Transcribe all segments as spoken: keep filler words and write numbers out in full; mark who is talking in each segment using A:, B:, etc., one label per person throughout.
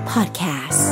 A: Podcast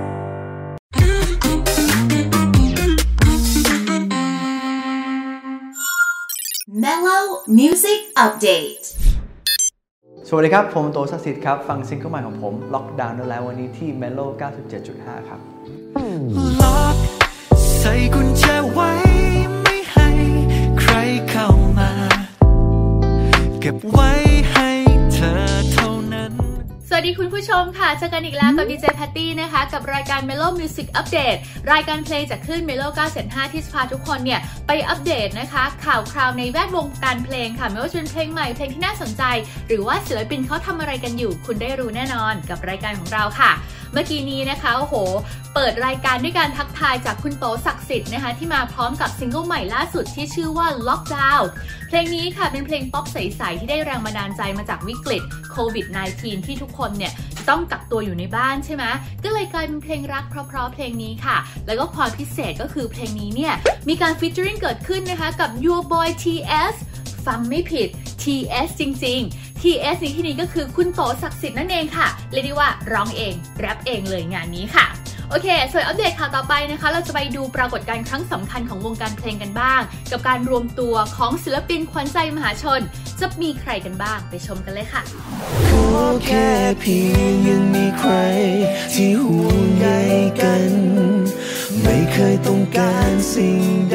A: Mellow Music Update
B: สวัสดีครับผมโตศักดิ์สิทธิ์ครับฟังซิงเกิลใหม่ของผมล็อกดาวน์ได้แล้ววันนี้ที่ Mellow เก้าสิบเจ็ดจุดห้า ครับ
C: ล็อกใส่กุญแจไว้ไม่ให้ใครเข้ามาเก็บไว้ให้เธอเท่านั้น
D: สวัสดีคุณผู้ชมค่ะเจอกันอีกแล้วกับดีเจแพตตี้นะคะกับรายการ Mellow Music Update รายการเพลงจากคลื่น Mellow เก้าสิบห้าที่จะพาทุกคนเนี่ยไปอัปเดตนะคะข่าวคราวในแวดวงการเพลงค่ะไม่ว่าจะเป็นเพลงใหม่เพลงที่น่าสนใจหรือว่าศิลปินเขาทำอะไรกันอยู่คุณได้รู้แน่นอนกับรายการของเราค่ะเมื่อกี้นี้นะคะโอ้โหเปิดรายการด้วยการทักทายจากคุณโตศักดิ์สิทธิ์นะคะที่มาพร้อมกับซิงเกิลใหม่ล่าสุดที่ชื่อว่า Lockdown เพลงนี้ค่ะเป็นเพลงป๊อปใสๆที่ได้แรงบันดาลใจมาจากวิกฤตโควิด สิบเก้า ที่ทุกคนเนี่ยต้องกักตัวอยู่ในบ้านใช่ไหมก็เลยกลายเป็นเพลงรักเพราะๆเพลงนี้ค่ะแล้วก็ความพิเศษก็คือเพลงนี้เนี่ยมีการฟีเจอริ่งเกิดขึ้นนะคะกับ Your Boy ที เอส ฟังไม่ผิด ที เอส จริงๆ ที เอส ในที่นี้ก็คือคุณโตศักดิ์สิทธิ์นั่นเองค่ะเรียกได้ว่าร้องเองแรปเองเลยงานนี้ค่ะโอเคส่วนอัปเดตข่าวต่อไปนะคะเราจะไปดูปรากฏการณ์ครั้งสำคัญของวงการเพลงกันบ้างกับการรวมตัวของศิลปินขวัญใจมหาชนจะมีใครกันบ้างไปชมกันเลยค่ะ
C: ขอแค่เพียงยังมีใครที่ห่วงใยกันไม่เคยต้องการสิ่งใด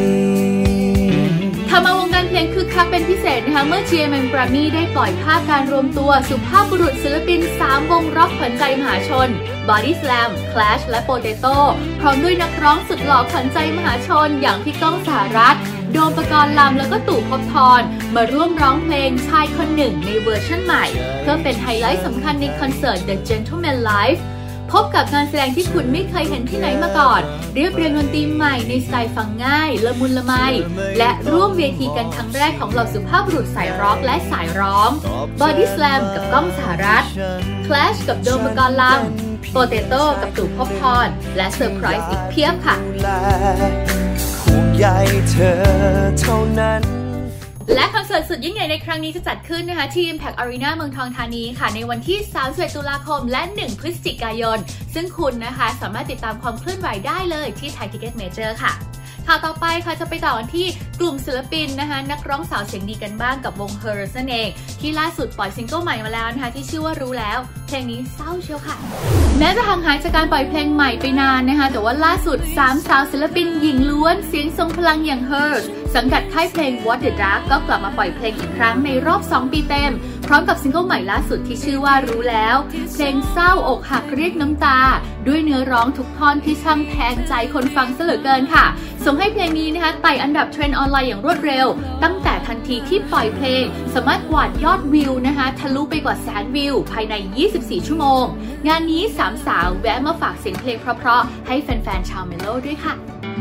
D: ทำเอาวงการเพลงคึกคักเป็นพิเศษนะคะเมื่อ จี เอ็ม เอ็ม Grammy ได้ปล่อยภาพการรวมตัวสุภาพบุรุษศิลปินสามวงร็อกขวัญใจมหาชน Body Slam Clash และ Potato พร้อมด้วยนักร้องสุดหล่อขวัญใจมหาชนอย่างพี่ก้องสหรัฐโดมปกรณ์ลำแล้วก็ตู่ภพบทรมาร่วมร้องเพลงชายคนหนึ่งในเวอร์ชันใหม่เพื่อเป็นไฮไลท์สำคัญในคอนเสิร์ต The Gentleman Liveพบกับงานแสดงที่คุณไม่เคยเห็นที่ไหนมาก่อนเรียบเรียงดนตรีใหม่ในสไตล์ฟังง่ายละมุนละไมและร่วมเวทีกันครั้งแรกของเหล่าสุภาพบุรุษสายร็อกและสายร้อง Body Slam กับก้องสหรัฐ Clash กับโดมปกรณ์ลำ Potato กับตู่ภพบทรและเซอร์ไพรส์อีกเพียบค่ะ
C: ห่วงใยเธอเท่านั้น
D: และคอนเสิร์ตสุดยิ่งใหญ่ในครั้งนี้จะจัดขึ้นนะคะที่ Impact Arena เมืองทองธานีค่ะในวันที่สามสิบเอ็ดตุลาคมและหนึ่งพฤศจิกายนซึ่งคุณนะคะสามารถติดตามความเคลื่อนไหวได้เลยที่ Thai Ticket Major ค่ะข่าวต่อไปค่ะจะไปต่อกันที่กลุ่มศิลปินนะคะนักร้องสาวเสียงดีกันบ้างกับวง Hers นั่นเองที่ล่าสุดปล่อยซิงเกิลใหม่มาแล้วนะคะที่ชื่อว่ารู้แล้วเพลงนี้เศร้าเชียวค่ะแม้จะห่างหายจากการปล่อยเพลงใหม่ไปนานนะคะแต่ว่าล่าสุดสามสาวศิลปินหญิงล้วนเสียงทรงพลังอย่าง Hers สังกัดค่ายเพลง What the Dark ก็กลับมาปล่อยเพลงอีกครั้งในรอบสองปีเต็มพร้อมกับซิงเกิลใหม่ล่าสุดที่ชื่อว่ารู้แล้วเพลงเศร้าอกหักเรียกน้ำตาด้วยเนื้อร้องทุกท่อนที่ช่างแทงใจคนฟังซะเหลือเกินค่ะส่งให้เพลงนี้นะคะไต่อันดับเทรนด์ออนไลน์อย่างรวดเร็วตั้งแต่ทันทีที่ปล่อยเพลงสามารถกวาดยอดวิวนะคะทะลุไปกว่าแสนวิวภายในยี่สิบสี่ชั่วโมงงานนี้สามสาวแวะมาฝากเสียงเพลงเพราะๆให้แฟนๆชาวเมโลด้วยค่ะ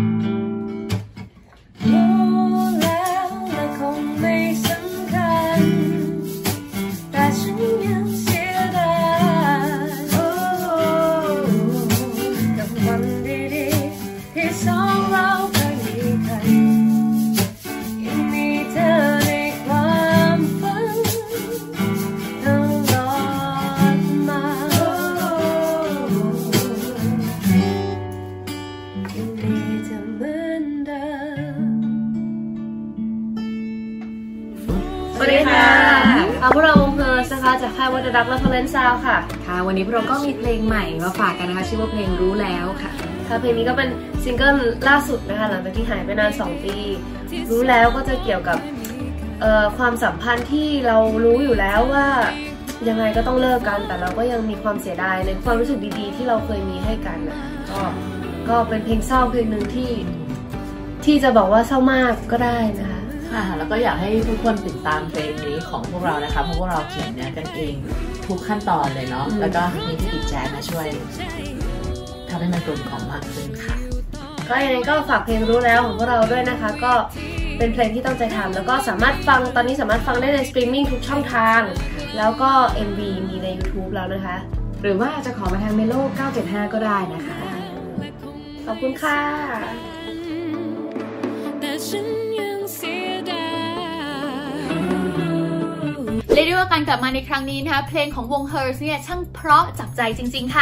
D: สวัสดีค่ะพวกเราวงเพลิร์สนะคะจากค่ายวัตดักและเพลนซาวค่ะค่ะวันนี้พวกเราก็มีเพลงใหม่มาฝากกันนะคะชื่อว่าเพลงรู้แล้วค่ะค่ะเพลงนี้ก็เป็นซิงเกิลล่าสุดนะคะหลังจากที่หายไปนานสองปีรู้แล้วก็จะเกี่ยวกับความสัมพันธ์ที่เรารู้อยู่แล้วว่ายังไงก็ต้องเลิกกันแต่เราก็ยังมีความเสียดายในความรู้สึกดีๆที่เราเคยมีให้กันนะคะก็ก็เป็นเพลงเศร้าเพลงหนึ่งที่ที่จะบอกว่าเศร้ามากก็ได้นะคะ
E: ค่ะแล้วก็อยากให้ทุกคนติดตามเพลงนี้ของพวกเรานะคะเพราะพวกเราเขียนเนื้อกันเองทุกขั้นตอนเลยเนาะแล้วก็มีพี่ติ๊กแจ๊สมาช่วยทำให้มันกลมกล่อมมากขึ้นค่ะ
D: ก็ยังไงก็ฝากเพลงรู้แล้วของพวกเราด้วยนะคะก็เป็นเพลงที่ตั้งใจทำแล้วก็สามารถฟังตอนนี้สามารถฟังได้ในสตรีมมิ่งทุกช่องทางแล้วก็ เอ็ม วี มีใน YouTube แล้วนะคะ
E: หรือว่าจะขอมาทาง Mellow เก้าเจ็ดห้าก็ได้นะคะ
D: ขอบคุณค่ะเรียกได้ว่าการกลับมาในครั้งนี้นะคะเพลงของวง Hers เนี่ยช่างเพราะจับใจจริงๆค่ะ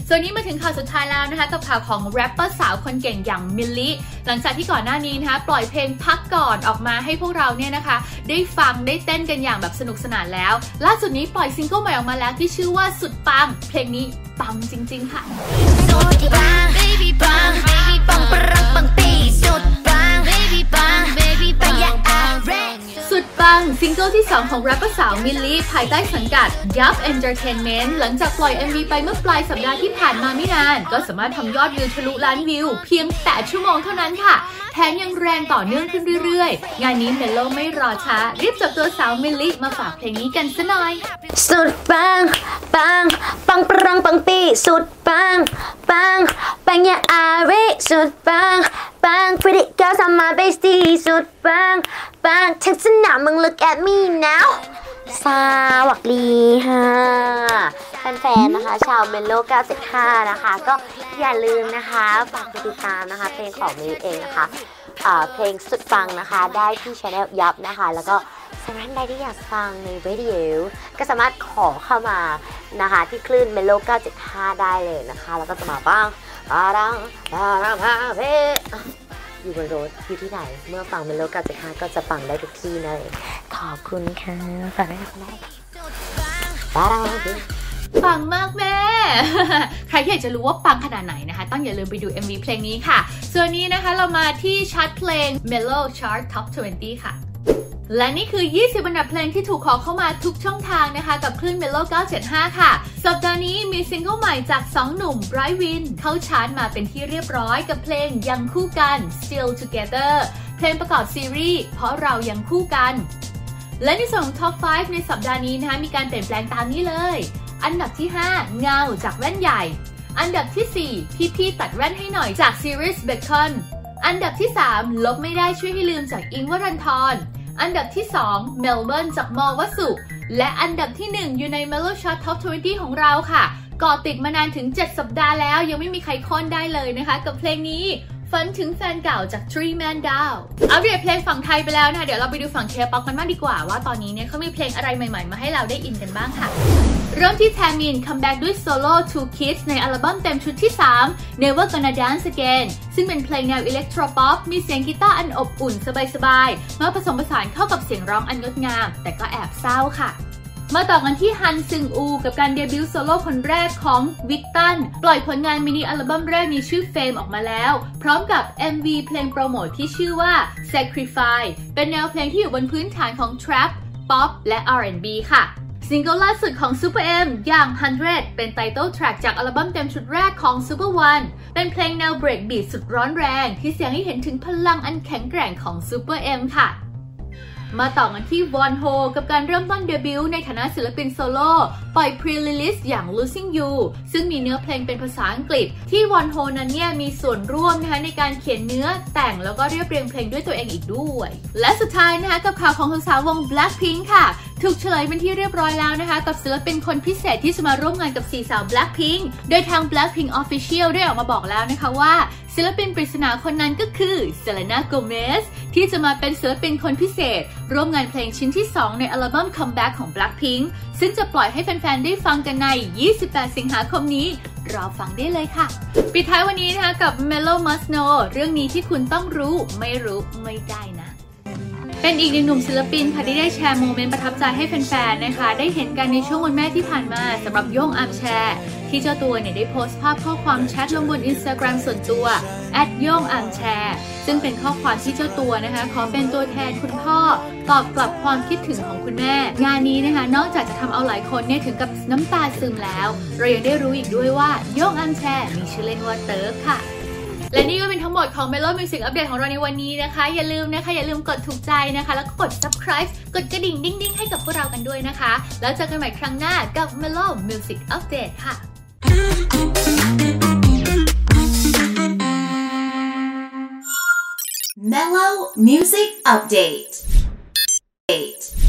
D: ส่วนนี้มาถึงข่าวสุดท้ายแล้วนะคะกับข่าวของแรปเปอร์สาวคนเก่งอย่างมิลลิหลังจากที่ก่อนหน้านี้นะคะปล่อยเพลงพักก่อนออกมาให้พวกเราเนี่ยนะคะได้ฟังได้เต้นกันอย่างแบบสนุกสนานแล้วล่าสุดนี้ปล่อยซิงเกิลใหม่ออกมาแล้วที่ชื่อว่าสุดปังเพลงนี้ปังจริงๆค่ะสุดปัง baby ปัง baby ปังปังปังปีสุดปัง baby ปัง baby ปังอย่าอาเรสุดปังซิงเกิลที่สองของแรปเปอร์สาวมิลลิภายใต้สังกัด Yup Entertainment หลังจากปล่อย เอ็ม วี ไปเมื่อปลายสัปดาห์ที่ผ่านมาไม่นานก็สามารถทำยอดวิวทะลุล้านวิวเพียงแปดชั่วโมงเท่านั้นค่ะแถมยังแรงต่อเนื่องขึ้นเรื่อยๆงานนี้เมโลไม่รอช้ารีบจับตัวสาวมิลลิมาฝากเพลงนี้กันซะหน่อย
F: สุดปังปังปังปรังปังปีสุดปังปังปังอย่าอาริสุดปังปัง pretty girls on my bestie สุดปังปังทักษณะมึง look at me now สวัสดีค่ะแฟนๆนะคะชาวเมโลเก้าสิบห้านะคะก็อย่าลืมนะคะฝากติดตามนะคะเพลงของมิลลิเองนะคะเพลงสุดปังนะคะได้ที่ channel ยับนะคะแล้วก็สำหรับใครที่อยากฟังในวิดีโอก็สามารถขอเข้ามานะคะที่คลื่นเมโลเก้าสิบห้าได้เลยนะคะแล้วก็จะมาบ้างปารังปารังพาเพอยู่บนรถอยู่ที่ไหนเมื่อฟังเมโลเก้าสิบห้าก็จะฟังได้ทุกที่เลยขอบคุณค่ะฝากได้ค่ะปารัง
D: ปังมากแม่ ใครที่อยากจะรู้ว่าปังขนาดไหนนะคะต้องอย่าลืมไปดู เอ็ม วี เพลงนี้ค่ะส่วนนี้นะคะเรามาที่ชาร์ตเพลง Mellow Chart Top ยี่สิบค่ะและนี่คือยี่สิบอันดับเพลงที่ถูกขอเข้ามาทุกช่องทางนะคะกับคลื่น Mellow เก้าเจ็ดห้าค่ะสัปดาห์นี้มีซิงเกิลใหม่จากสองหนุ่ม Bright Win เข้าชาร์ตมาเป็นที่เรียบร้อยกับเพลงยังคู่กัน Still Together เพลงประกอบซีรีส์เพราะเรายังคู่กันและในส่วนของ Top ห้าในสัปดาห์นี้นะคะมีการเปลี่ยนแปลงตามนี้เลยอันดับที่ห้าเงาจากแว่นใหญ่อันดับที่สี่พี่พี่ตัดแว่นให้หน่อยจากซีรีส์เบคอนอันดับที่สามลบไม่ได้ช่วยให้ลืมจากอิงค์วรันธรอันดับที่สองเมลเบิร์นจากมอวสุและอันดับที่หนึ่งอยู่ใน Mellow Chart Top ยี่สิบของเราค่ะก่อติดมานานถึงเจ็ดสัปดาห์แล้วยังไม่มีใครโค่นได้เลยนะคะกับเพลงนี้ฝันถึงแฟนเก่าจาก Three Man Down อัปเดตเพลงฝั่งไทยไปแล้วนะคะเดี๋ยวเราไปดูฝั่ง K-pop กันบ้างดีกว่าว่าตอนนี้เนี่ยเขามีเพลงอะไรใหม่ๆมาให้เราได้อินกันบ้างค่ะเริ่มที่แทมินคัมแบ็กด้วยโซโล่ Two Kids ในอัลบั้มเต็มชุดที่สาม Never Gonna Dance Again ซึ่งเป็นเพลงแนวอิเล็กโทรป๊อปมีเสียงกีตาร์อันอบอุ่นสบายๆมาผสมผสานเข้ากับเสียงร้องอันงดงามแต่ก็แอบเศร้าค่ะมาต่อกันที่ฮันซึงอูกับการเดบิวต์โซโล่คนแรกของวิกตันปล่อยผลงานมินิอัลบั้มแรกมีชื่อ Fame ออกมาแล้วพร้อมกับ เอ็ม วี เพลงโปรโมทที่ชื่อว่า Sacrifice เป็นแนวเพลงที่อยู่บนพื้นฐานของ Trap Pop และ อาร์ แอนด์ บี ค่ะซิงเกิลล่าสุดของ Super M อย่าง one hundred เป็นไตเติ้ลแทร็กจากอัลบั้มเต็มชุดแรกของ Super One เป็นเพลงแนวเบรกบีทสุดร้อนแรงที่แสดงให้เห็นถึงพลังอันแข็งแกร่งของ Super M ค่ะมาต่อกันที่วอนโฮกับการเริ่มต้นเดบิวต์ในฐานะศิลปินโซโล่ปล่อย Pre-release อย่าง Losing You ซึ่งมีเนื้อเพลงเป็นภาษาอังกฤษที่วอนโฮนั้นเนี่ยมีส่วนร่วมนะคะในการเขียนเนื้อแต่งแล้วก็เรียบเรียงเพลงด้วยตัวเองอีกด้วยและสุดท้ายนะคะกับข่าวของสาววง Blackpink ค่ะถูกเฉลยเป็นที่เรียบร้อยแล้วนะคะกับศิลปินคนพิเศษที่จะมาร่วมงานกับสี่สาว Blackpink โดยทาง Blackpink Official ได้ออกมาบอกแล้วนะคะว่าศิลปินปริศนาคนนั้นก็คือเซเลน่าโกเมสที่จะมาเป็นศิลปินคนพิเศษร่วมงานเพลงชิ้นที่สองในอัลบั้ม Comeback ของ Blackpink ซึ่งจะปล่อยให้แฟนๆได้ฟังกันในยี่สิบแปดสิงหาคมนี้รอฟังได้เลยค่ะปิดท้ายวันนี้นะคะกับ Mellow Must Know เรื่องนี้ที่คุณต้องรู้ไม่รู้ไม่ได้นะเป็นอีกหนึ่งหนุ่มศิลปินค่ะที่ได้แชร์โมเมนต์ประทับใจให้แฟนๆนะคะได้เห็นกันในช่วงวันแม่ที่ผ่านมาสำหรับโย่งอาร์มแชร์ที่เจ้าตัวเนี่ยได้โพสต์ภาพข้อความแชทลงบน Instagram ส่วนตัว แอท โย่งอาร์มแชร์ซึ่งเป็นข้อความที่เจ้าตัวนะคะขอเป็นตัวแทนคุณพ่อตอบกลับความคิดถึงของคุณแม่งานนี้นะคะนอกจากจะทำเอาหลายคนเนี่ยถึงกับน้ำตาซึมแล้วเรายังได้รู้อีกด้วยว่าโย่งอาร์มแชร์มีชื่อเล่นว่าเติร์กค่ะและนี่ก็เป็นทั้งหมดของ Mellow Music Update ของเราในวันนี้นะคะอย่าลืมนะคะอย่าลืมกดถูกใจนะคะแล้วก็กด Subscribe กดกระดิ่งดิ้งๆให้กับพวกเรากันด้วยนะคะแล้วเจอกันใหม่ครั้งหน้ากับ Mellow Music Update ค่ะ
A: Mellow Music Update